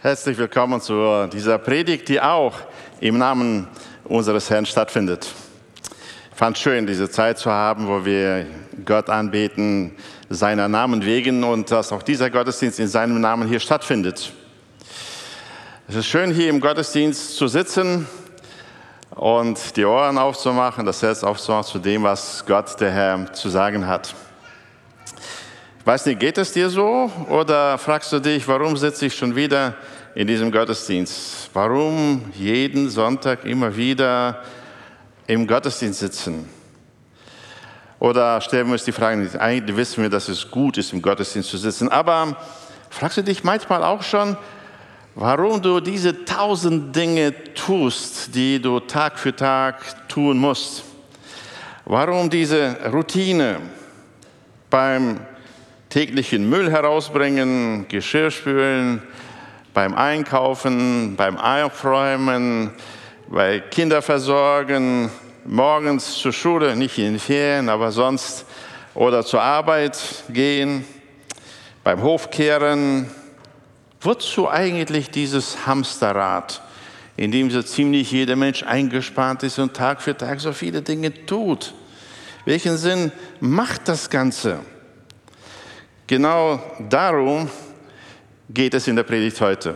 Herzlich willkommen zu dieser Predigt, die auch im Namen unseres Herrn stattfindet. Ich fand es schön, diese Zeit zu haben, wo wir Gott anbeten, seiner Namen wegen, und dass auch dieser Gottesdienst in seinem Namen hier stattfindet. Es ist schön, hier im Gottesdienst zu sitzen und die Ohren aufzumachen, das Herz aufzumachen zu dem, was Gott, der Herr, zu sagen hat. Ich weiß nicht, geht es dir so oder fragst du dich, warum sitze ich schon wieder in diesem Gottesdienst? Warum jeden Sonntag immer wieder im Gottesdienst sitzen? Oder stellen wir uns die Frage, eigentlich wissen wir, dass es gut ist, im Gottesdienst zu sitzen, aber fragst du dich manchmal auch schon, warum du diese 1000 Dinge tust, die du Tag für Tag tun musst? Warum diese Routine beim täglichen Müll herausbringen, Geschirr spülen, beim Einkaufen, beim Aufräumen, bei Kinderversorgen, morgens zur Schule, nicht in den Ferien, aber sonst, oder zur Arbeit gehen, beim Hofkehren. Wozu eigentlich dieses Hamsterrad, in dem so ziemlich jeder Mensch eingespannt ist und Tag für Tag so viele Dinge tut? Welchen Sinn macht das Ganze? Genau darum geht es in der Predigt heute.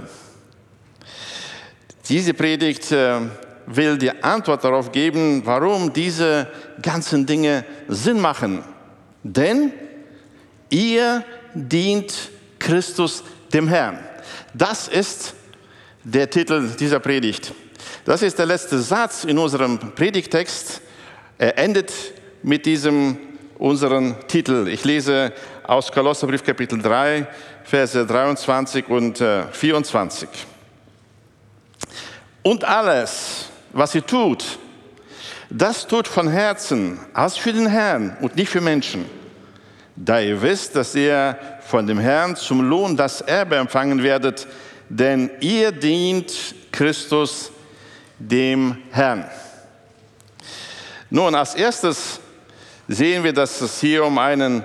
Diese Predigt will die Antwort darauf geben, warum diese ganzen Dinge Sinn machen. Denn ihr dient Christus dem Herrn. Das ist der Titel dieser Predigt. Das ist der letzte Satz in unserem Predigtext. Er endet mit diesem unseren Titel. Ich lese aus Kolosserbrief Kapitel 3, Verse 23 und 24. Und alles, was ihr tut, das tut von Herzen, als für den Herrn und nicht für Menschen. Da ihr wisst, dass ihr von dem Herrn zum Lohn das Erbe empfangen werdet, denn ihr dient Christus dem Herrn. Nun, als erstes sehen wir, dass es hier um einen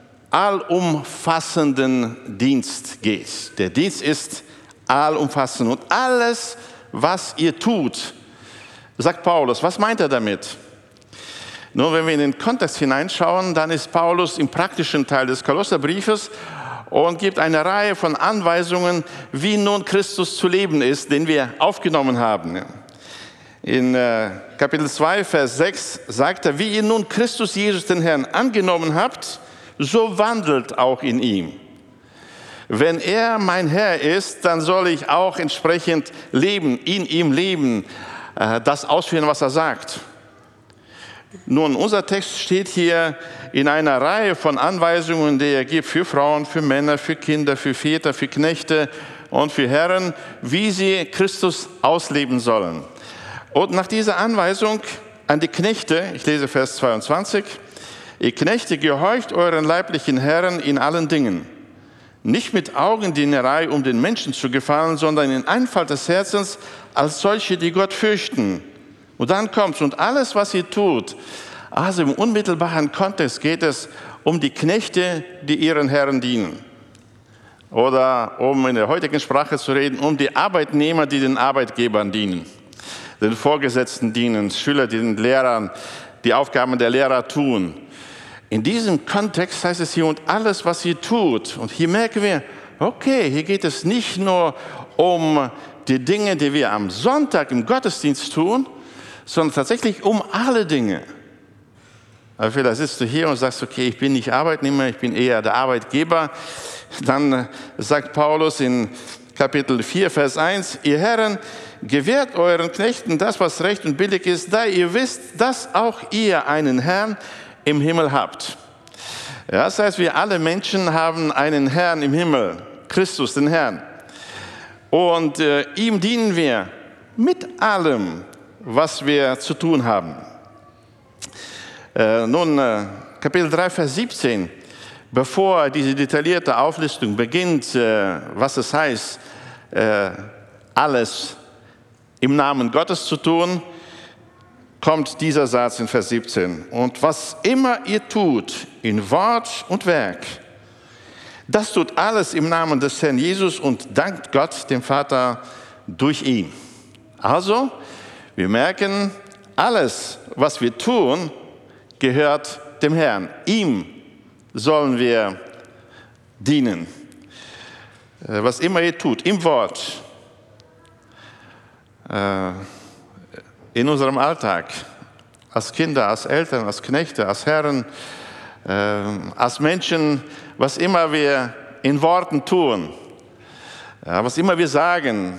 allumfassenden Dienst geht. Der Dienst ist allumfassend und alles, was ihr tut, sagt Paulus. Was meint er damit? Nun, wenn wir in den Kontext hineinschauen, dann ist Paulus im praktischen Teil des Kolosserbriefes und gibt eine Reihe von Anweisungen, wie nun Christus zu leben ist, den wir aufgenommen haben. In Kapitel 2, Vers 6 sagt er, wie ihr nun Christus Jesus, den Herrn, angenommen habt, so wandelt auch in ihm. Wenn er mein Herr ist, dann soll ich auch entsprechend leben, in ihm leben, das ausführen, was er sagt. Nun, unser Text steht hier in einer Reihe von Anweisungen, die er gibt für Frauen, für Männer, für Kinder, für Väter, für Knechte und für Herren, wie sie Christus ausleben sollen. Und nach dieser Anweisung an die Knechte, ich lese Vers 22, ihr Knechte, gehorcht euren leiblichen Herren in allen Dingen, nicht mit Augendienerei, um den Menschen zu gefallen, sondern in Einfalt des Herzens als solche, die Gott fürchten. Und dann kommt's, und alles, was ihr tut, also im unmittelbaren Kontext geht es um die Knechte, die ihren Herren dienen. Oder um in der heutigen Sprache zu reden, um die Arbeitnehmer, die den Arbeitgebern dienen, den Vorgesetzten dienen, Schüler, die den Lehrern die Aufgaben der Lehrer tun. In diesem Kontext heißt es hier, und alles, was ihr tut. Und hier merken wir, okay, hier geht es nicht nur um die Dinge, die wir am Sonntag im Gottesdienst tun, sondern tatsächlich um alle Dinge. Also vielleicht sitzt du hier und sagst, okay, ich bin nicht Arbeitnehmer, ich bin eher der Arbeitgeber. Dann sagt Paulus in Kapitel 4, Vers 1, ihr Herren, gewährt euren Knechten das, was recht und billig ist, da ihr wisst, dass auch ihr einen Herrn im Himmel habt. Ja, das heißt, wir alle Menschen haben einen Herrn im Himmel, Christus, den Herrn. Und ihm dienen wir mit allem, was wir zu tun haben. Kapitel 3, Vers 17. Bevor diese detaillierte Auflistung beginnt, was es heißt, alles im Namen Gottes zu tun, kommt dieser Satz in Vers 17. Und was immer ihr tut, in Wort und Werk, Das tut alles im Namen des Herrn Jesus und dankt Gott, dem Vater, durch ihn. Also, wir merken, alles, was wir tun, gehört dem Herrn. Ihm sollen wir dienen. Was immer ihr tut, im Wort, in unserem Alltag, als Kinder, als Eltern, als Knechte, als Herren, als Menschen, was immer wir in Worten tun, was immer wir sagen,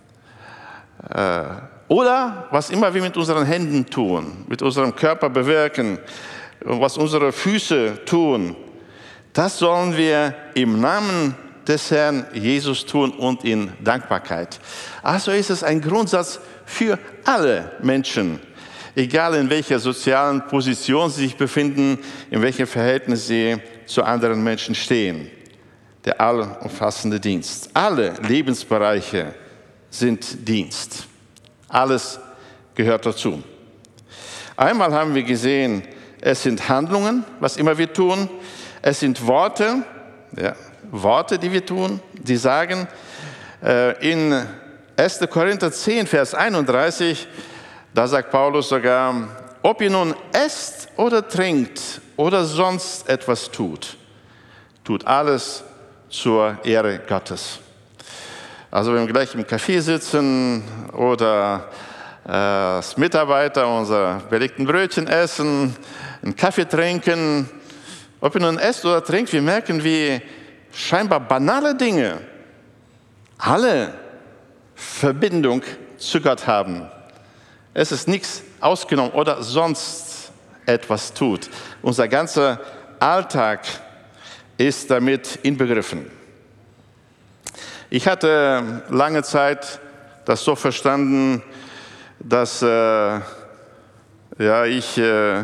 oder was immer wir mit unseren Händen tun, mit unserem Körper bewirken, was unsere Füße tun, das sollen wir im Namen des Herrn Jesus tun und in Dankbarkeit. Also ist es ein Grundsatz für alle Menschen, egal in welcher sozialen Position sie sich befinden, in welchem Verhältnis sie zu anderen Menschen stehen. Der allumfassende Dienst. Alle Lebensbereiche sind Dienst. Alles gehört dazu. Einmal haben wir gesehen, es sind Handlungen, was immer wir tun. Es sind Worte, Worte, die wir tun, die sagen, in 1. Korinther 10, Vers 31, da sagt Paulus sogar, ob ihr nun esst oder trinkt oder sonst etwas tut, tut alles zur Ehre Gottes. Also wenn wir gleich im Café sitzen oder als Mitarbeiter unser belegten Brötchen essen, einen Kaffee trinken, ob ihr nun esst oder trinkt, wir merken, wie scheinbar banale Dinge alle Verbindung zu Gott haben. Es ist nichts ausgenommen oder sonst etwas tut. Unser ganzer Alltag ist damit inbegriffen. Ich hatte lange Zeit das so verstanden, dass ich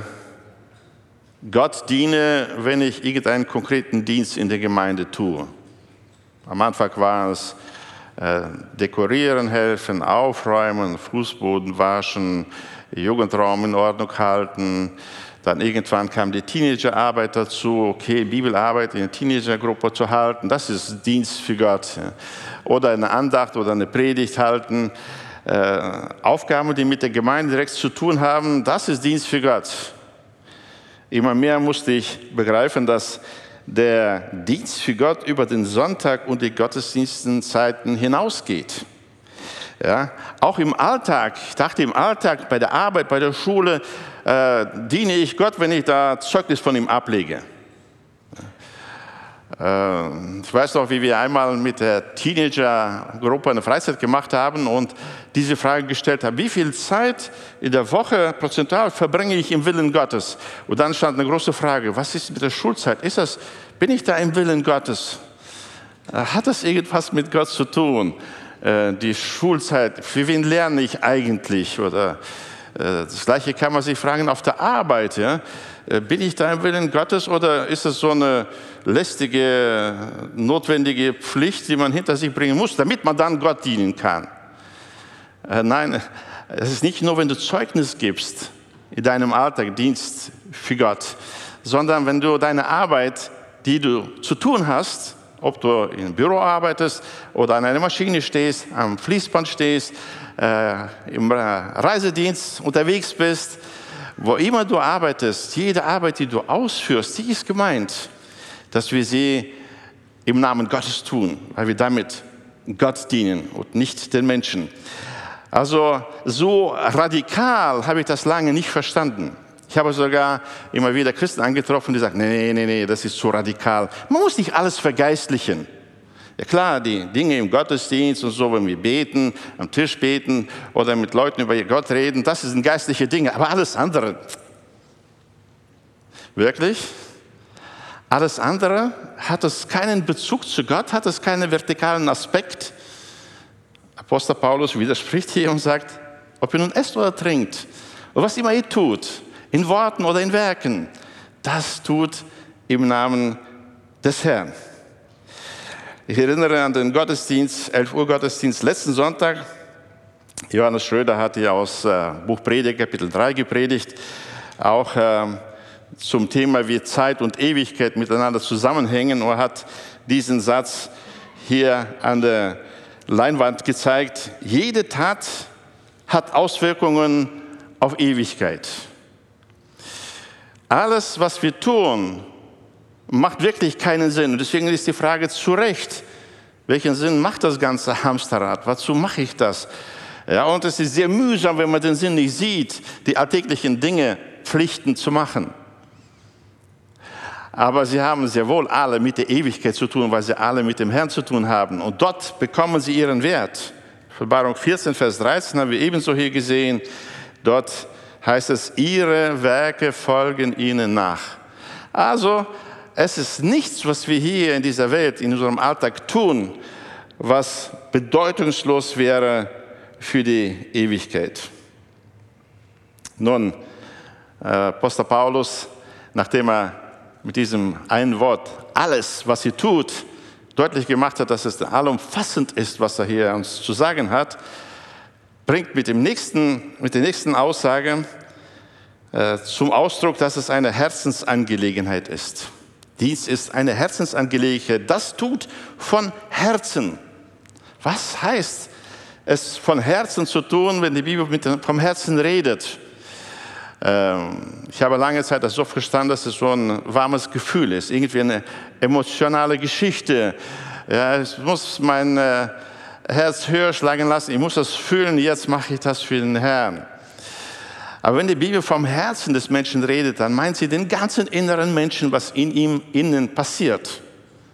Gott diene, wenn ich irgendeinen konkreten Dienst in der Gemeinde tue. Am Anfang war es dekorieren, helfen, aufräumen, Fußboden waschen, Jugendraum in Ordnung halten. Dann irgendwann kam die Teenagerarbeit dazu, okay, Bibelarbeit in der Teenagergruppe zu halten, das ist Dienst für Gott. Oder eine Andacht oder eine Predigt halten. Aufgaben, die mit der Gemeinde direkt zu tun haben, das ist Dienst für Gott. Immer mehr musste ich begreifen, dass der Dienst für Gott über den Sonntag und die Gottesdienstzeiten hinausgeht. Ja, auch im Alltag, ich dachte im Alltag, bei der Arbeit, bei der Schule, diene ich Gott, wenn ich da Zeugnis von ihm ablege. Ich weiß noch, wie wir einmal mit der Teenagergruppe eine Freizeit gemacht haben und diese Frage gestellt haben, wie viel Zeit in der Woche prozentual verbringe ich im Willen Gottes? Und dann stand eine große Frage, was ist mit der Schulzeit? Bin ich da im Willen Gottes? Hat das irgendwas mit Gott zu tun? Die Schulzeit, für wen lerne ich eigentlich? Oder das Gleiche kann man sich fragen auf der Arbeit. Ja? Bin ich da im Willen Gottes oder ist es so eine lästige, notwendige Pflicht, die man hinter sich bringen muss, damit man dann Gott dienen kann? Nein, es ist nicht nur, wenn du Zeugnis gibst in deinem Alltag, Dienst für Gott, sondern wenn du deine Arbeit, die du zu tun hast, ob du im Büro arbeitest oder an einer Maschine stehst, am Fließband stehst, im Reisedienst unterwegs bist, wo immer du arbeitest, jede Arbeit, die du ausführst, die ist gemeint, dass wir sie im Namen Gottes tun, weil wir damit Gott dienen und nicht den Menschen. Also so radikal habe ich das lange nicht verstanden. Ich habe sogar immer wieder Christen angetroffen, die sagen, nee, das ist zu radikal. Man muss nicht alles vergeistlichen. Ja klar, die Dinge im Gottesdienst und so, wenn wir beten, am Tisch beten oder mit Leuten über Gott reden, das sind geistliche Dinge. Aber alles andere, wirklich? Alles andere, hat es keinen Bezug zu Gott, hat es keinen vertikalen Aspekt? Apostel Paulus widerspricht hier und sagt, ob ihr nun esst oder trinkt, und was immer ihr tut, in Worten oder in Werken, das tut im Namen des Herrn. Ich erinnere an den Gottesdienst, 11 Uhr Gottesdienst letzten Sonntag. Johannes Schröder hat ja aus Buch Predigt, Kapitel 3 gepredigt, auch zum Thema, wie Zeit und Ewigkeit miteinander zusammenhängen. Er hat diesen Satz hier an der Leinwand gezeigt. Jede Tat hat Auswirkungen auf Ewigkeit. Alles, was wir tun, macht wirklich keinen Sinn. Und deswegen ist die Frage zu Recht, welchen Sinn macht das ganze Hamsterrad? Wozu mache ich das? Ja, und es ist sehr mühsam, wenn man den Sinn nicht sieht, die alltäglichen Dinge, Pflichten zu machen. Aber sie haben sehr wohl alle mit der Ewigkeit zu tun, weil sie alle mit dem Herrn zu tun haben. Und dort bekommen sie ihren Wert. Offenbarung 14, Vers 13 haben wir ebenso hier gesehen. Dort heißt es, ihre Werke folgen ihnen nach. Also, es ist nichts, was wir hier in dieser Welt, in unserem Alltag tun, was bedeutungslos wäre für die Ewigkeit. Nun, Apostel Paulus, nachdem er mit diesem einen Wort alles, was sie tut, deutlich gemacht hat, dass es allumfassend ist, was er hier uns zu sagen hat, bringt mit der nächsten Aussage zum Ausdruck, dass es eine Herzensangelegenheit ist. Dies ist eine Herzensangelegenheit. Das tut von Herzen. Was heißt es von Herzen zu tun, wenn die Bibel vom Herzen redet? Ich habe lange Zeit das so verstanden, dass es so ein warmes Gefühl ist, irgendwie eine emotionale Geschichte. Ja, ich muss mein Herz höher schlagen lassen, ich muss das fühlen, jetzt mache ich das für den Herrn. Aber wenn die Bibel vom Herzen des Menschen redet, dann meint sie den ganzen inneren Menschen, was in ihm innen passiert.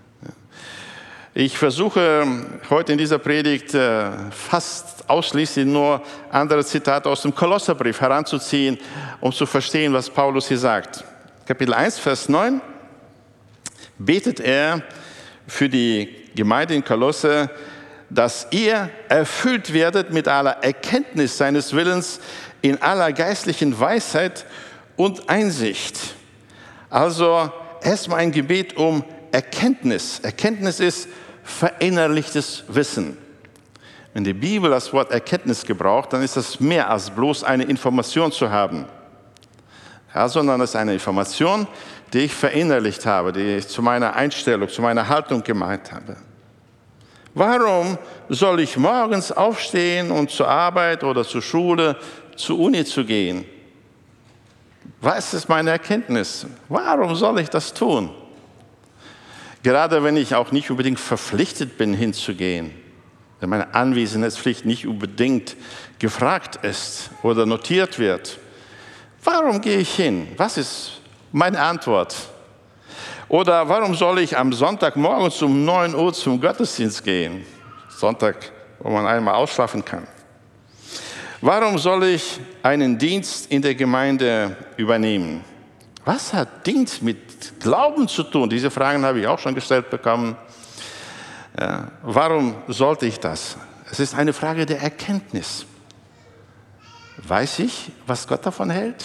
Ich versuche heute in dieser Predigt fast ausschließlich nur andere Zitate aus dem Kolosserbrief heranzuziehen, um zu verstehen, was Paulus hier sagt. Kapitel 1, Vers 9 betet er für die Gemeinde in Kolosse, dass ihr erfüllt werdet mit aller Erkenntnis seines Willens in aller geistlichen Weisheit und Einsicht. Also erstmal ein Gebet um Erkenntnis. Erkenntnis ist verinnerlichtes Wissen. Wenn die Bibel das Wort Erkenntnis gebraucht, dann ist das mehr als bloß eine Information zu haben. Ja, sondern es ist eine Information, die ich verinnerlicht habe, die ich zu meiner Einstellung, zu meiner Haltung gemeint habe. Warum soll ich morgens aufstehen und zur Arbeit oder zur Schule, zur Uni zu gehen? Was ist meine Erkenntnis? Warum soll ich das tun? Gerade wenn ich auch nicht unbedingt verpflichtet bin, hinzugehen, wenn meine Anwesenheitspflicht nicht unbedingt gefragt ist oder notiert wird. Warum gehe ich hin? Was ist meine Antwort? Oder warum soll ich am Sonntagmorgens um 9 Uhr zum Gottesdienst gehen? Sonntag, wo man einmal ausschlafen kann. Warum soll ich einen Dienst in der Gemeinde übernehmen? Was hat Dienst mit Glauben zu tun? Diese Fragen habe ich auch schon gestellt bekommen. Ja, warum sollte ich das? Es ist eine Frage der Erkenntnis. Weiß ich, was Gott davon hält?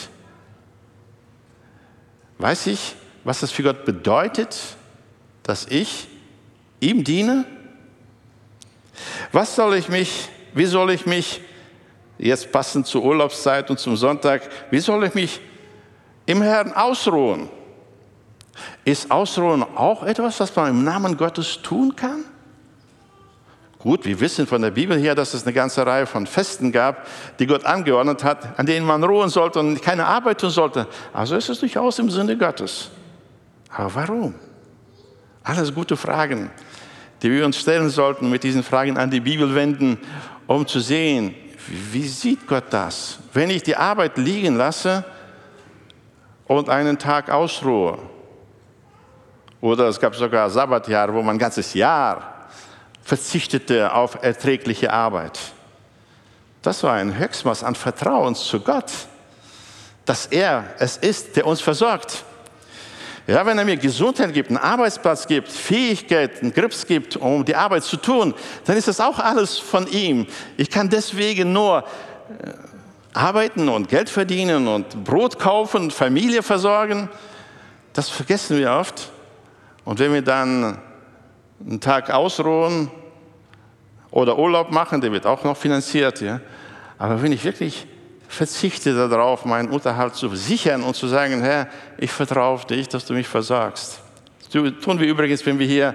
Weiß ich, was es für Gott bedeutet, dass ich ihm diene? Wie soll ich mich, jetzt passend zur Urlaubszeit und zum Sonntag, wie soll ich mich im Herrn ausruhen? Ist Ausruhen auch etwas, was man im Namen Gottes tun kann? Gut, wir wissen von der Bibel her, dass es eine ganze Reihe von Festen gab, die Gott angeordnet hat, an denen man ruhen sollte und keine Arbeit tun sollte. Also ist es durchaus im Sinne Gottes. Aber warum? Alles gute Fragen, die wir uns stellen sollten, mit diesen Fragen an die Bibel wenden, um zu sehen, wie sieht Gott das? Wenn ich die Arbeit liegen lasse und einen Tag ausruhe, oder es gab sogar Sabbatjahre, wo man ein ganzes Jahr verzichtete auf erträgliche Arbeit. Das war ein Höchstmaß an Vertrauen zu Gott, dass er es ist, der uns versorgt. Ja, wenn er mir Gesundheit gibt, einen Arbeitsplatz gibt, Fähigkeiten, Grips gibt, um die Arbeit zu tun, dann ist das auch alles von ihm. Ich kann deswegen nur arbeiten und Geld verdienen und Brot kaufen, Familie versorgen. Das vergessen wir oft. Und wenn wir dann einen Tag ausruhen oder Urlaub machen, der wird auch noch finanziert. Ja? Aber wenn ich wirklich verzichte darauf, meinen Unterhalt zu sichern und zu sagen, Herr, ich vertraue auf dich, dass du mich versorgst. Das tun wir übrigens, wenn wir hier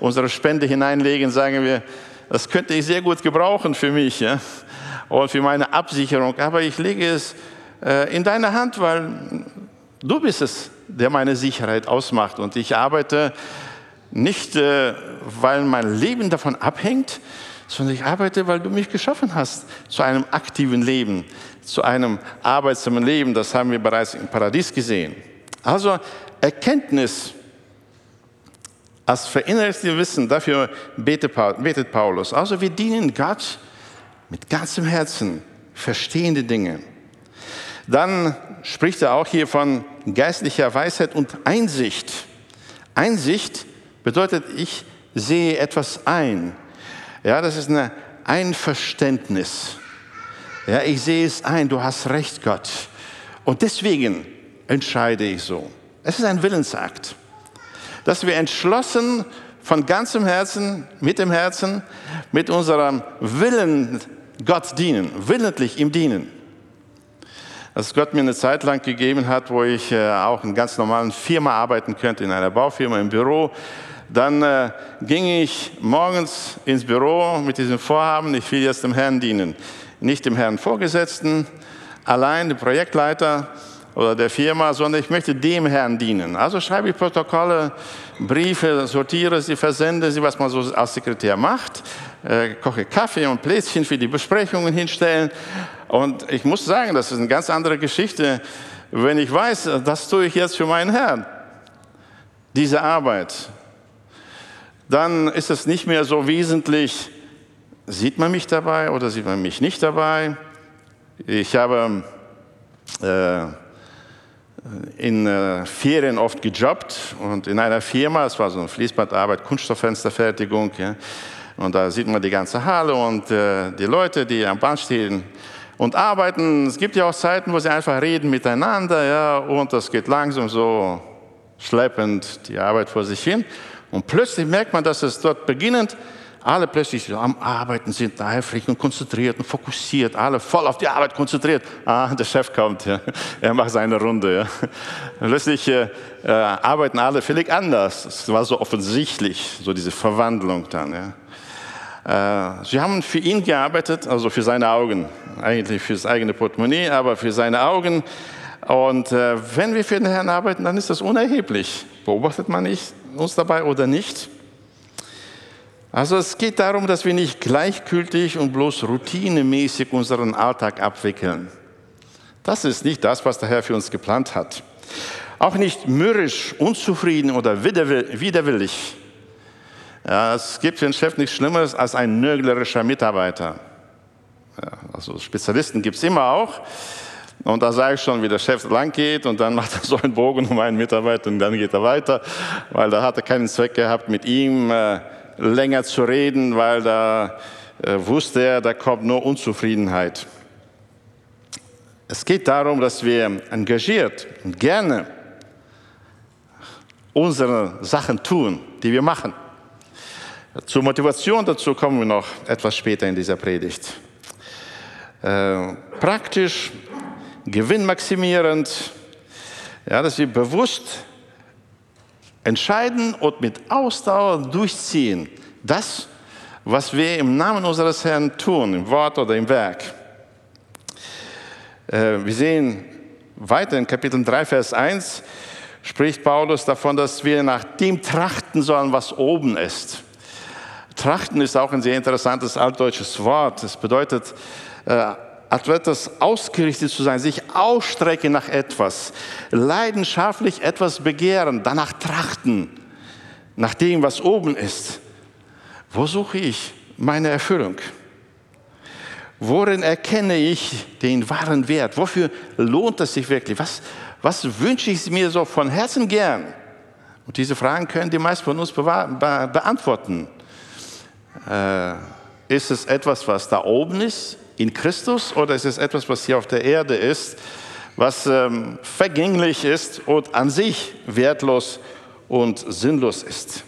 unsere Spende hineinlegen, sagen wir, das könnte ich sehr gut gebrauchen für mich, ja, und für meine Absicherung. Aber ich lege es in deine Hand, weil du bist es, der meine Sicherheit ausmacht. Und ich arbeite nicht, weil mein Leben davon abhängt, sondern ich arbeite, weil du mich geschaffen hast zu einem aktiven Leben, zu einem arbeitsamen Leben. Das haben wir bereits im Paradies gesehen. Also Erkenntnis als verinnerlichtes Wissen, dafür betet Paulus. Also wir dienen Gott mit ganzem Herzen, verstehen die Dinge. Dann spricht er auch hier von geistlicher Weisheit und Einsicht. Einsicht bedeutet, ich sehe etwas ein. Ja, das ist ein Einverständnis. Ja, ich sehe es ein, du hast recht, Gott. Und deswegen entscheide ich so. Es ist ein Willensakt, dass wir entschlossen von ganzem Herzen, mit unserem Willen Gott dienen, willentlich ihm dienen. Dass Gott mir eine Zeit lang gegeben hat, wo ich auch in einer ganz normalen Firma arbeiten könnte, in einer Baufirma, im Büro. Dann ging ich morgens ins Büro mit diesem Vorhaben, ich will jetzt dem Herrn dienen. Nicht dem Herrn Vorgesetzten, allein dem Projektleiter oder der Firma, sondern ich möchte dem Herrn dienen. Also schreibe ich Protokolle, Briefe, sortiere sie, versende sie, was man so als Sekretär macht, koche Kaffee und Plätzchen für die Besprechungen hinstellen. Und ich muss sagen, das ist eine ganz andere Geschichte, wenn ich weiß, das tue ich jetzt für meinen Herrn, diese Arbeit. Dann ist es nicht mehr so wesentlich, sieht man mich dabei oder sieht man mich nicht dabei. Ich habe in Ferien oft gejobbt und in einer Firma, es war so eine Fließbandarbeit, Kunststofffensterfertigung, ja, und da sieht man die ganze Halle und die Leute, die am Band stehen und arbeiten. Es gibt ja auch Zeiten, wo sie einfach reden miteinander, ja, und das geht langsam so schleppend die Arbeit vor sich hin. Und plötzlich merkt man, dass es dort beginnend alle plötzlich so am Arbeiten sind, eifrig und konzentriert und fokussiert, alle voll auf die Arbeit konzentriert. Ah, der Chef kommt, ja. Er macht seine Runde. Ja. Plötzlich arbeiten alle völlig anders. Es war so offensichtlich, so diese Verwandlung dann. Ja. Sie haben für ihn gearbeitet, also für seine Augen, eigentlich für das eigene Portemonnaie, aber für seine Augen. Und wenn wir für den Herrn arbeiten, dann ist das unerheblich. Beobachtet man uns dabei oder nicht? Also es geht darum, dass wir nicht gleichgültig und bloß routinemäßig unseren Alltag abwickeln. Das ist nicht das, was der Herr für uns geplant hat. Auch nicht mürrisch, unzufrieden oder widerwillig. Ja, es gibt für den Chef nichts Schlimmeres als ein nörglerischer Mitarbeiter. Ja, also Spezialisten gibt es immer auch. Und da sage ich schon, wie der Chef lang geht und dann macht er so einen Bogen um einen Mitarbeiter und dann geht er weiter, weil da hat er keinen Zweck gehabt, mit ihm länger zu reden, weil da wusste er, da kommt nur Unzufriedenheit. Es geht darum, dass wir engagiert und gerne unsere Sachen tun, die wir machen. Zur Motivation dazu kommen wir noch etwas später in dieser Predigt. Praktisch, gewinnmaximierend, ja, dass wir bewusst entscheiden und mit Ausdauer durchziehen. Das, was wir im Namen unseres Herrn tun, im Wort oder im Werk. Wir sehen weiter in Kapitel 3, Vers 1, spricht Paulus davon, dass wir nach dem trachten sollen, was oben ist. Trachten ist auch ein sehr interessantes altdeutsches Wort. Es bedeutet, auf etwas ausgerichtet zu sein, sich ausstrecken nach etwas, leidenschaftlich etwas begehren, danach trachten, nach dem, was oben ist. Wo suche ich meine Erfüllung? Worin erkenne ich den wahren Wert? Wofür lohnt es sich wirklich? Was wünsche ich mir so von Herzen gern? Und diese Fragen können die meisten von uns beantworten. Ist es etwas, was da oben ist, in Christus, oder ist es etwas, was hier auf der Erde ist, was vergänglich ist und an sich wertlos und sinnlos ist?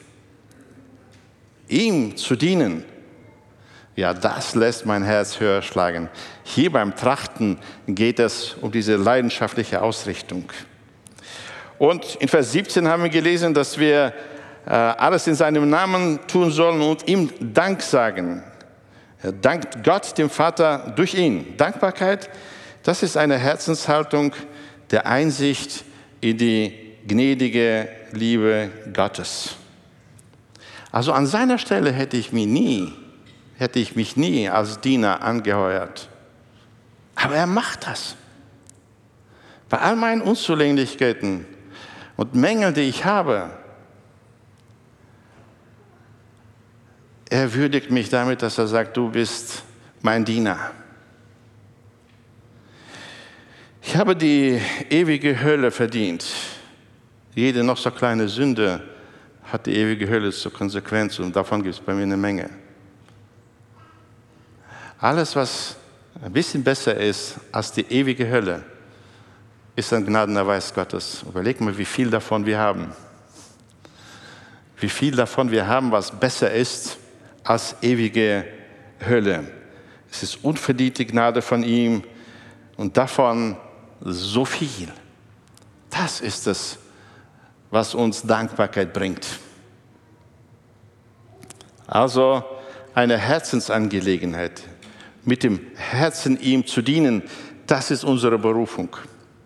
Ihm zu dienen, ja, das lässt mein Herz höher schlagen. Hier beim Trachten geht es um diese leidenschaftliche Ausrichtung. Und in Vers 17 haben wir gelesen, dass wir alles in seinem Namen tun sollen und ihm Dank sagen. Er dankt Gott, dem Vater, durch ihn. Dankbarkeit, das ist eine Herzenshaltung der Einsicht in die gnädige Liebe Gottes. Also an seiner Stelle hätte ich mich nie als Diener angeheuert. Aber er macht das. Bei all meinen Unzulänglichkeiten und Mängeln, die ich habe, er würdigt mich damit, dass er sagt, du bist mein Diener. Ich habe die ewige Hölle verdient. Jede noch so kleine Sünde hat die ewige Hölle zur Konsequenz und davon gibt es bei mir eine Menge. Alles, was ein bisschen besser ist als die ewige Hölle, ist ein Gnadenerweis Gottes. Überleg mal, wie viel davon wir haben. Wie viel davon wir haben, was besser ist als ewige Hölle. Es ist unverdiente Gnade von ihm und davon so viel. Das ist es, was uns Dankbarkeit bringt. Also eine Herzensangelegenheit, mit dem Herzen ihm zu dienen, das ist unsere Berufung.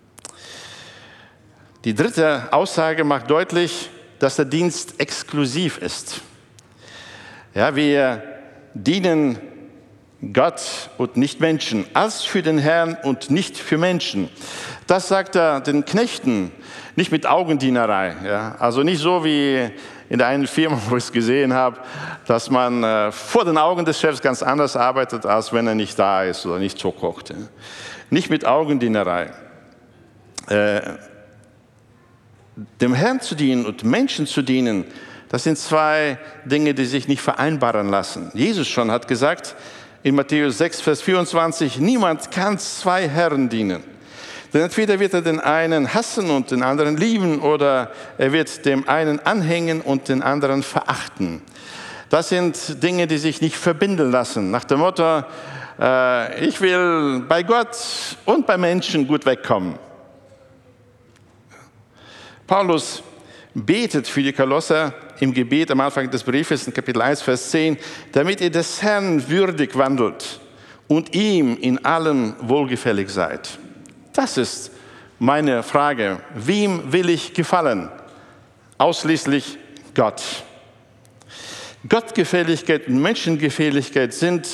Die dritte Aussage macht deutlich, dass der Dienst exklusiv ist. Ja, wir dienen Gott und nicht Menschen, als für den Herrn und nicht für Menschen. Das sagt er den Knechten, nicht mit Augendienerei. Ja? Also nicht so wie in der einen Firma, wo ich es gesehen habe, dass man vor den Augen des Chefs ganz anders arbeitet, als wenn er nicht da ist oder nicht zuguckt. Ja? Nicht mit Augendienerei. Dem Herrn zu dienen und Menschen zu dienen, das sind zwei Dinge, die sich nicht vereinbaren lassen. Jesus schon hat gesagt in Matthäus 6, Vers 24, niemand kann zwei Herren dienen. Denn entweder wird er den einen hassen und den anderen lieben oder er wird dem einen anhängen und den anderen verachten. Das sind Dinge, die sich nicht verbinden lassen. Nach dem Motto, ich will bei Gott und bei Menschen gut wegkommen. Paulus betet für die Kolosser im Gebet am Anfang des Briefes in Kapitel 1, Vers 10, damit ihr des Herrn würdig wandelt und ihm in allem wohlgefällig seid. Das ist meine Frage. Wem will ich gefallen? Ausschließlich Gott. Gottgefälligkeit und Menschengefälligkeit sind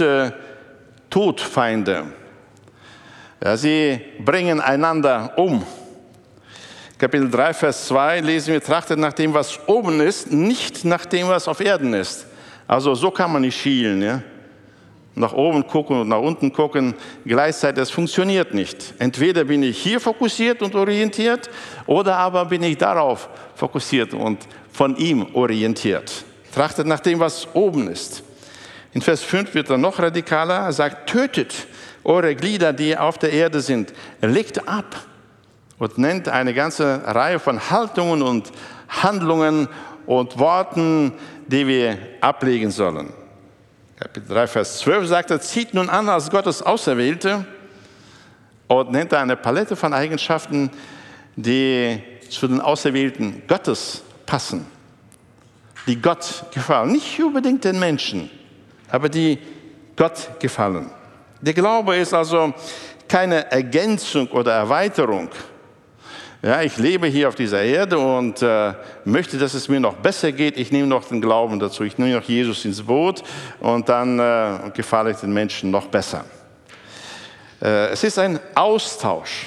Todfeinde. Ja, sie bringen einander um. Kapitel 3, Vers 2 lesen wir, trachtet nach dem, was oben ist, nicht nach dem, was auf Erden ist. Also so kann man nicht schielen. Ja? Nach oben gucken und nach unten gucken, gleichzeitig, das funktioniert nicht. Entweder bin ich hier fokussiert und orientiert, oder aber bin ich darauf fokussiert und von ihm orientiert. Trachtet nach dem, was oben ist. In Vers 5 wird er noch radikaler, er sagt, tötet eure Glieder, die auf der Erde sind, legt ab. Und nennt eine ganze Reihe von Haltungen und Handlungen und Worten, die wir ablegen sollen. Kapitel 3, Vers 12 sagt er, zieht nun an als Gottes Auserwählte und nennt eine Palette von Eigenschaften, die zu den Auserwählten Gottes passen, die Gott gefallen. Nicht unbedingt den Menschen, aber die Gott gefallen. Der Glaube ist also keine Ergänzung oder Erweiterung. Ja, ich lebe hier auf dieser Erde und möchte, dass es mir noch besser geht. Ich nehme noch den Glauben dazu. Ich nehme noch Jesus ins Boot und dann gefalle ich den Menschen noch besser. Es ist ein Austausch,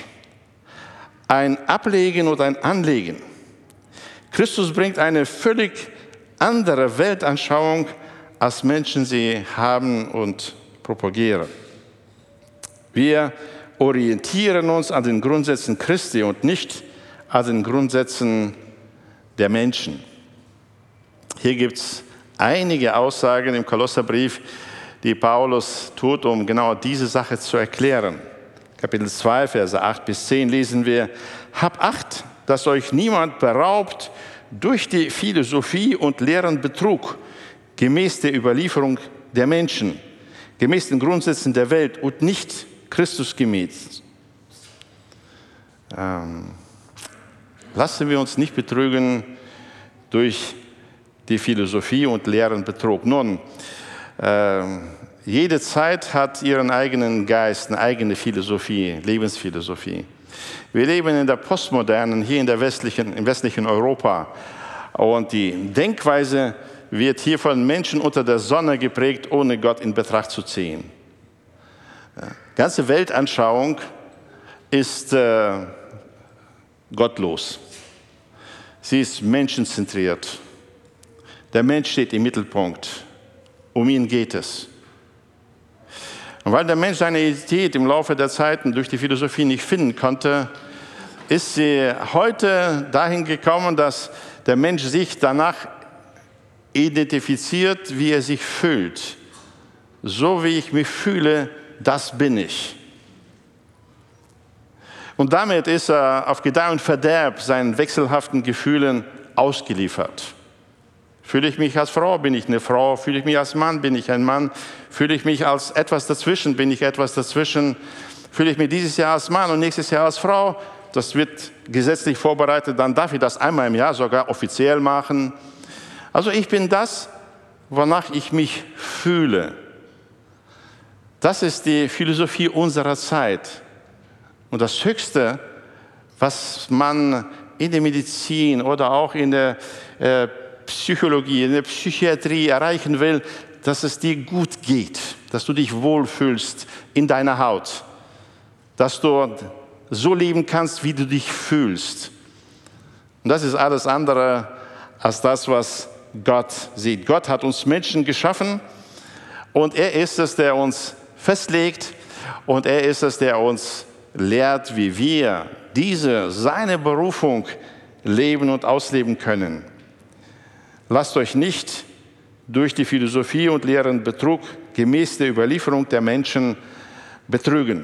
ein Ablegen oder ein Anlegen. Christus bringt eine völlig andere Weltanschauung, als Menschen sie haben und propagieren. Wir orientieren uns an den Grundsätzen Christi und nicht an den Grundsätzen der Menschen. Hier gibt es einige Aussagen im Kolosserbrief, die Paulus tut, um genau diese Sache zu erklären. Kapitel 2, Verse 8 bis 10 lesen wir, habt Acht, dass euch niemand beraubt durch die Philosophie und leeren Betrug, gemäß der Überlieferung der Menschen, gemäß den Grundsätzen der Welt und nicht Christus gemäß. Lassen wir uns nicht betrügen durch die Philosophie und Lehren betrug. Nun, jede Zeit hat ihren eigenen Geist, eine eigene Philosophie, Lebensphilosophie. Wir leben in der Postmodernen, hier im westlichen Europa. Und die Denkweise wird hier von Menschen unter der Sonne geprägt, ohne Gott in Betracht zu ziehen. Die ganze Weltanschauung ist gottlos. Sie ist menschenzentriert. Der Mensch steht im Mittelpunkt. Um ihn geht es. Und weil der Mensch seine Identität im Laufe der Zeiten durch die Philosophie nicht finden konnte, ist sie heute dahin gekommen, dass der Mensch sich danach identifiziert, wie er sich fühlt. So wie ich mich fühle, das bin ich. Und damit ist er auf Gedeih und Verderb seinen wechselhaften Gefühlen ausgeliefert. Fühle ich mich als Frau, bin ich eine Frau. Fühle ich mich als Mann, bin ich ein Mann. Fühle ich mich als etwas dazwischen, bin ich etwas dazwischen. Fühle ich mich dieses Jahr als Mann und nächstes Jahr als Frau. Das wird gesetzlich vorbereitet, dann darf ich das einmal im Jahr sogar offiziell machen. Also ich bin das, wonach ich mich fühle. Das ist die Philosophie unserer Zeit. Und das Höchste, was man in der Medizin oder auch in der Psychologie, in der Psychiatrie erreichen will, dass es dir gut geht, dass du dich wohlfühlst in deiner Haut, dass du so leben kannst, wie du dich fühlst. Und das ist alles andere als das, was Gott sieht. Gott hat uns Menschen geschaffen und er ist es, der uns festlegt und er ist es, der uns lehrt, wie wir seine Berufung leben und ausleben können. Lasst euch nicht durch die Philosophie und Lehren Betrug gemäß der Überlieferung der Menschen betrügen.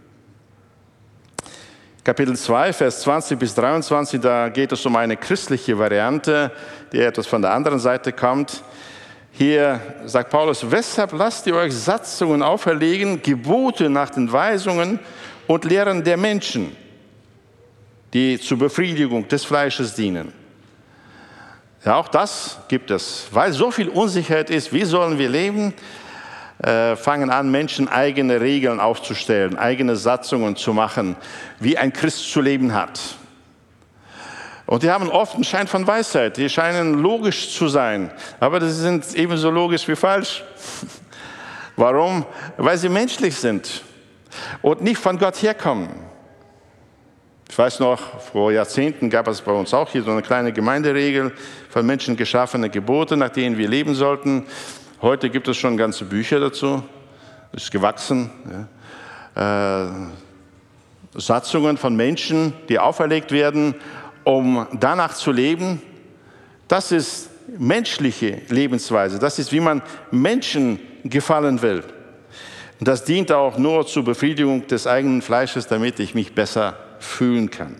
Kapitel 2, Vers 20 bis 23, da geht es um eine christliche Variante, die etwas von der anderen Seite kommt. Hier sagt Paulus, weshalb lasst ihr euch Satzungen auferlegen, Gebote nach den Weisungen und Lehren der Menschen, die zur Befriedigung des Fleisches dienen. Ja, auch das gibt es. Weil so viel Unsicherheit ist, wie sollen wir leben, fangen an, Menschen eigene Regeln aufzustellen, eigene Satzungen zu machen, wie ein Christ zu leben hat. Und die haben oft einen Schein von Weisheit, die scheinen logisch zu sein, aber das sind ebenso logisch wie falsch. Warum? Weil sie menschlich sind und nicht von Gott herkommen. Ich weiß noch, vor Jahrzehnten gab es bei uns auch hier so eine kleine Gemeinderegel, von Menschen geschaffene Gebote, nach denen wir leben sollten. Heute gibt es schon ganze Bücher dazu, ist gewachsen. Ja. Satzungen von Menschen, die auferlegt werden, um danach zu leben. Das ist menschliche Lebensweise, das ist, wie man Menschen gefallen will. Und das dient auch nur zur Befriedigung des eigenen Fleisches, damit ich mich besser fühlen kann.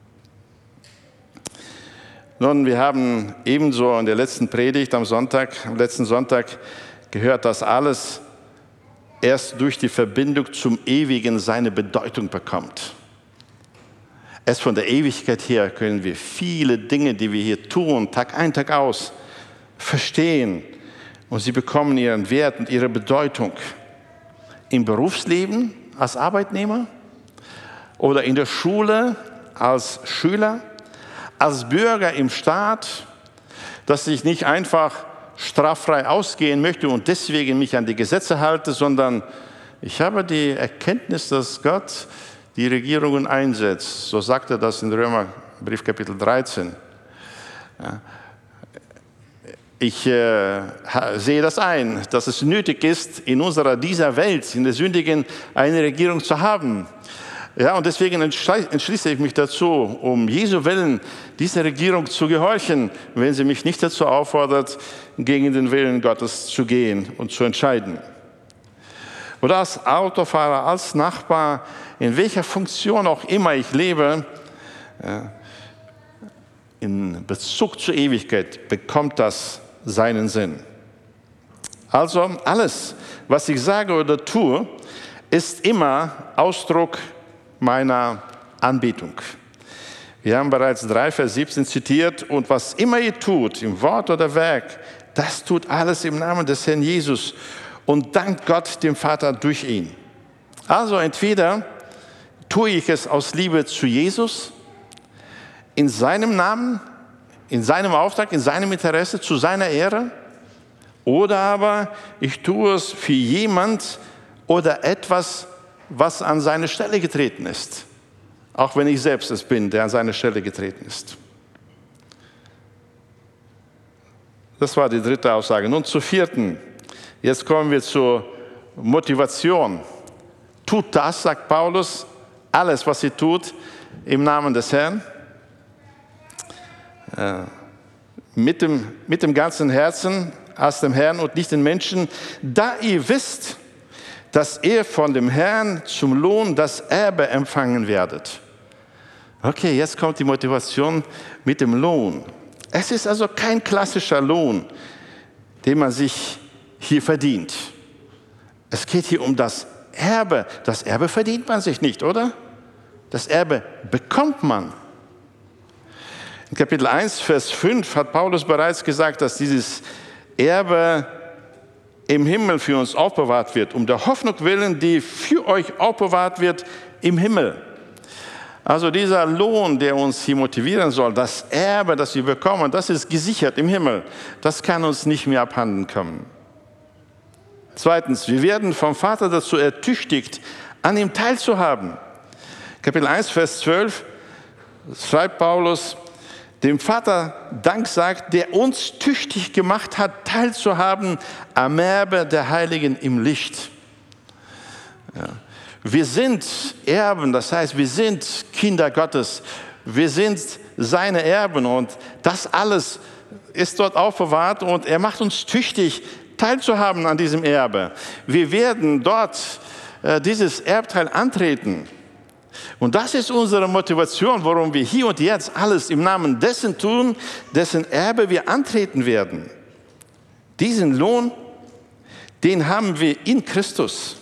Nun, wir haben ebenso in der letzten Predigt am letzten Sonntag gehört, dass alles erst durch die Verbindung zum Ewigen seine Bedeutung bekommt. Erst von der Ewigkeit her können wir viele Dinge, die wir hier tun, Tag ein, Tag aus, verstehen. Und sie bekommen ihren Wert und ihre Bedeutung. Im Berufsleben als Arbeitnehmer oder in der Schule als Schüler, als Bürger im Staat, dass ich nicht einfach straffrei ausgehen möchte und deswegen mich an die Gesetze halte, sondern ich habe die Erkenntnis, dass Gott die Regierungen einsetzt. So sagt er das in Römerbrief Kapitel 13. Ich sehe das ein, dass es nötig ist, in dieser Welt, in der sündigen, eine Regierung zu haben. Ja, und deswegen entschließe ich mich dazu, um Jesu Willen dieser Regierung zu gehorchen, wenn sie mich nicht dazu auffordert, gegen den Willen Gottes zu gehen und zu entscheiden. Oder als Autofahrer, als Nachbar, in welcher Funktion auch immer ich lebe, in Bezug zur Ewigkeit bekommt das seinen Sinn. Also alles, was ich sage oder tue, ist immer Ausdruck meiner Anbetung. Wir haben bereits 3, Vers 17 zitiert. Und was immer ihr tut, im Wort oder Werk, das tut alles im Namen des Herrn Jesus und dankt Gott, dem Vater, durch ihn. Also entweder tue ich es aus Liebe zu Jesus, in seinem Namen, in seinem Auftrag, in seinem Interesse, zu seiner Ehre, oder aber ich tue es für jemand oder etwas, was an seine Stelle getreten ist. Auch wenn ich selbst es bin, der an seine Stelle getreten ist. Das war die dritte Aussage. Nun zur vierten. Jetzt kommen wir zur Motivation. Tut das, sagt Paulus, alles, was ihr tut, im Namen des Herrn. Mit dem ganzen Herzen, aus dem Herrn und nicht den Menschen, da ihr wisst, dass ihr von dem Herrn zum Lohn das Erbe empfangen werdet. Okay, jetzt kommt die Motivation mit dem Lohn. Es ist also kein klassischer Lohn, den man sich hier verdient. Es geht hier um das Erbe. Das Erbe verdient man sich nicht, oder? Das Erbe bekommt man. In Kapitel 1, Vers 5 hat Paulus bereits gesagt, dass dieses Erbe im Himmel für uns aufbewahrt wird, um der Hoffnung willen, die für euch aufbewahrt wird im Himmel. Also dieser Lohn, der uns hier motivieren soll, das Erbe, das wir bekommen, das ist gesichert im Himmel. Das kann uns nicht mehr abhanden kommen. Zweitens, wir werden vom Vater dazu ertüchtigt, an ihm teilzuhaben. Kapitel 1, Vers 12 schreibt Paulus, dem Vater Dank sagt, der uns tüchtig gemacht hat, teilzuhaben am Erbe der Heiligen im Licht. Ja. Wir sind Erben, das heißt, wir sind Kinder Gottes. Wir sind seine Erben und das alles ist dort aufbewahrt und er macht uns tüchtig, teilzuhaben an diesem Erbe. Wir werden dort dieses Erbteil antreten. Und das ist unsere Motivation, warum wir hier und jetzt alles im Namen dessen tun, dessen Erbe wir antreten werden. Diesen Lohn, den haben wir in Christus.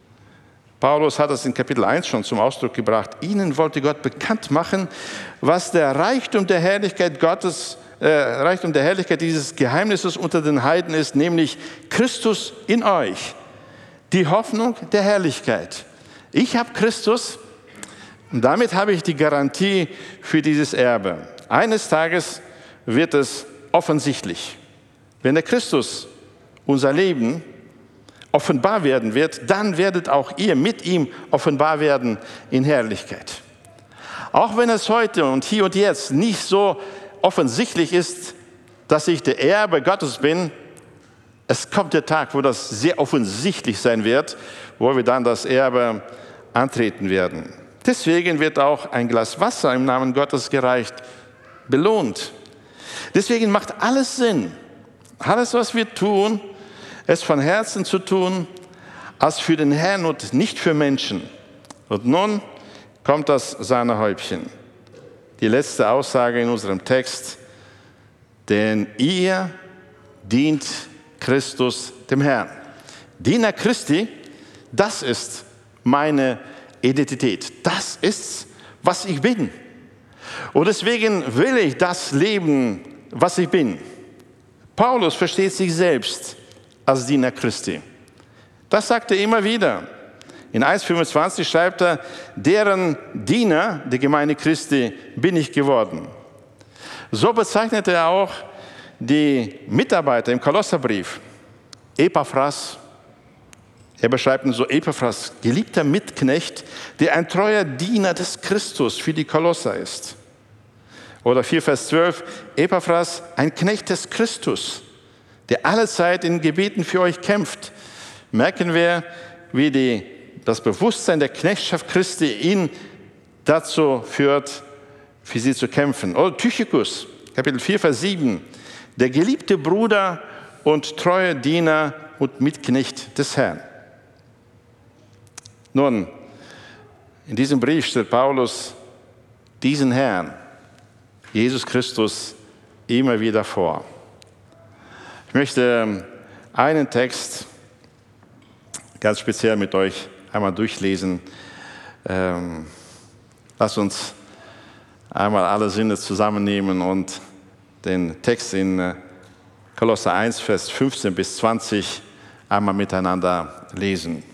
Paulus hat es in Kapitel 1 schon zum Ausdruck gebracht. Ihnen wollte Gott bekannt machen, was der Reichtum der Herrlichkeit Gottes, Reichtum der Herrlichkeit dieses Geheimnisses unter den Heiden ist, nämlich Christus in euch, die Hoffnung der Herrlichkeit. Ich habe Christus und damit habe ich die Garantie für dieses Erbe. Eines Tages wird es offensichtlich. Wenn der Christus unser Leben offenbar werden wird, dann werdet auch ihr mit ihm offenbar werden in Herrlichkeit. Auch wenn es heute und hier und jetzt nicht so offensichtlich ist, dass ich der Erbe Gottes bin, es kommt der Tag, wo das sehr offensichtlich sein wird, wo wir dann das Erbe antreten werden. Deswegen wird auch ein Glas Wasser im Namen Gottes gereicht, belohnt. Deswegen macht alles Sinn, alles, was wir tun, es von Herzen zu tun, als für den Herrn und nicht für Menschen. Und nun kommt das Sahnehäubchen. Die letzte Aussage in unserem Text. Denn ihr dient Christus dem Herrn. Diener Christi, das ist meine Identität. Das ist, was ich bin. Und deswegen will ich das leben, was ich bin. Paulus versteht sich selbst als Diener Christi. Das sagt er immer wieder. In 1,25 schreibt er, deren Diener, der Gemeinde Christi, bin ich geworden. So bezeichnet er auch die Mitarbeiter im Kolosserbrief. Epaphras, er beschreibt ihn so, Epaphras, geliebter Mitknecht, der ein treuer Diener des Christus für die Kolosser ist. Oder 4, Vers 12, Epaphras, ein Knecht des Christus, der allezeit in Gebeten für euch kämpft. Merken wir, wie das Bewusstsein der Knechtschaft Christi ihn dazu führt, für sie zu kämpfen. Oder Tychicus, Kapitel 4, Vers 7, der geliebte Bruder und treue Diener und Mitknecht des Herrn. Nun, in diesem Brief stellt Paulus diesen Herrn, Jesus Christus, immer wieder vor. Ich möchte einen Text ganz speziell mit euch einmal durchlesen. Lasst uns einmal alle Sinne zusammennehmen und den Text in Kolosser 1, Vers 15 bis 20 einmal miteinander lesen.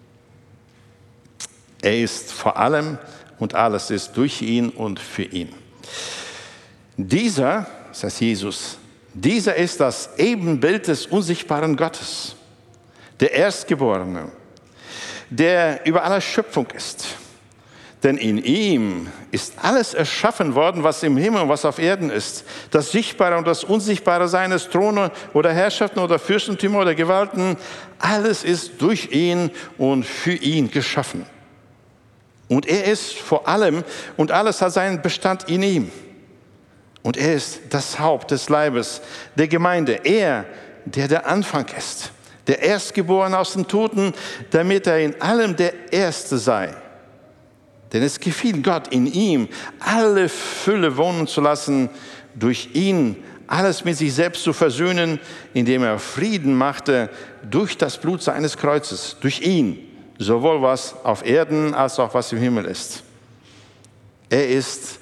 Er ist vor allem und alles ist durch ihn und für ihn. Dieser, das heißt Jesus, dieser ist das Ebenbild des unsichtbaren Gottes, der Erstgeborene, der über aller Schöpfung ist. Denn in ihm ist alles erschaffen worden, was im Himmel und was auf Erden ist. Das Sichtbare und das Unsichtbare, seines Throne oder Herrschaften oder Fürstentümer oder Gewalten, alles ist durch ihn und für ihn geschaffen. Und er ist vor allem und alles hat seinen Bestand in ihm. Und er ist das Haupt des Leibes, der Gemeinde. Er, der Anfang ist, der Erstgeborene aus den Toten, damit er in allem der Erste sei. Denn es gefiel Gott, in ihm alle Fülle wohnen zu lassen, durch ihn alles mit sich selbst zu versöhnen, indem er Frieden machte durch das Blut seines Kreuzes, durch ihn, sowohl was auf Erden als auch was im Himmel ist. Er ist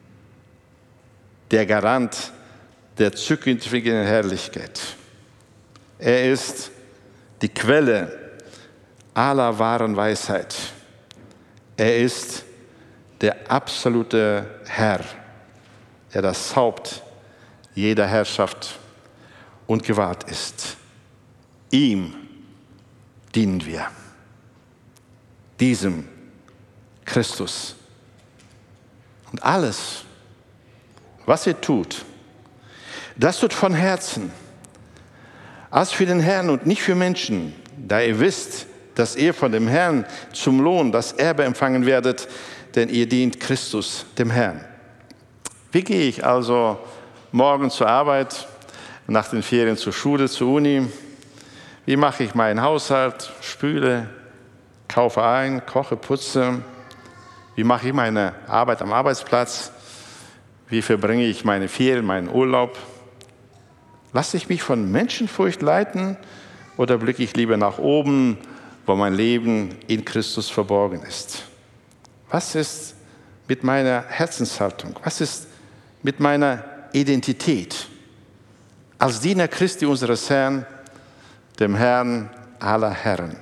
der Garant der zukünftigen Herrlichkeit. Er ist die Quelle aller wahren Weisheit. Er ist der absolute Herr, der das Haupt jeder Herrschaft und Gewalt ist. Ihm dienen wir, diesem Christus. Und alles, was ihr tut, das tut von Herzen, als für den Herrn und nicht für Menschen, da ihr wisst, dass ihr von dem Herrn zum Lohn das Erbe empfangen werdet, denn ihr dient Christus, dem Herrn. Wie gehe ich also morgen zur Arbeit, nach den Ferien zur Schule, zur Uni? Wie mache ich meinen Haushalt, spüle, kaufe ein, koche, putze? Wie mache ich meine Arbeit am Arbeitsplatz? Wie verbringe ich meine Ferien, meinen Urlaub? Lasse ich mich von Menschenfurcht leiten oder blicke ich lieber nach oben, wo mein Leben in Christus verborgen ist? Was ist mit meiner Herzenshaltung? Was ist mit meiner Identität als Diener Christi unseres Herrn, dem Herrn aller Herren?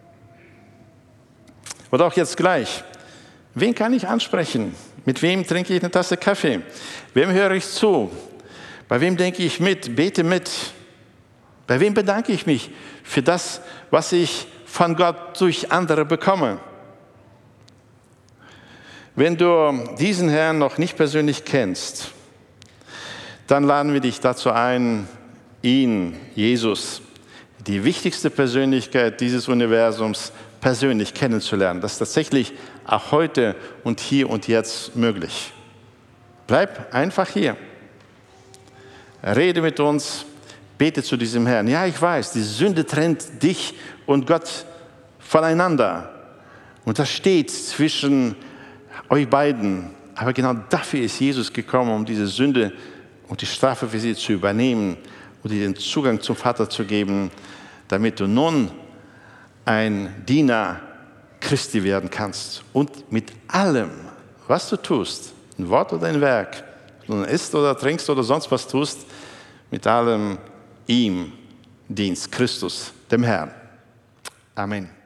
Und auch jetzt gleich, wen kann ich ansprechen? Mit wem trinke ich eine Tasse Kaffee? Wem höre ich zu? Bei wem denke ich mit, bete mit? Bei wem bedanke ich mich für das, was ich von Gott durch andere bekomme? Wenn du diesen Herrn noch nicht persönlich kennst, dann laden wir dich dazu ein, ihn, Jesus, die wichtigste Persönlichkeit dieses Universums, persönlich kennenzulernen. Das ist tatsächlich auch heute und hier und jetzt möglich. Bleib einfach hier. Rede mit uns, bete zu diesem Herrn. Ja, ich weiß, die Sünde trennt dich und Gott voneinander. Und das steht zwischen euch beiden. Aber genau dafür ist Jesus gekommen, um diese Sünde und die Strafe für sie zu übernehmen und dir den Zugang zum Vater zu geben, damit du nun ein Diener Christi werden kannst und mit allem, was du tust, ein Wort oder ein Werk, ob du isst oder trinkst oder sonst was tust, mit allem ihm dienst, Christus, dem Herrn. Amen.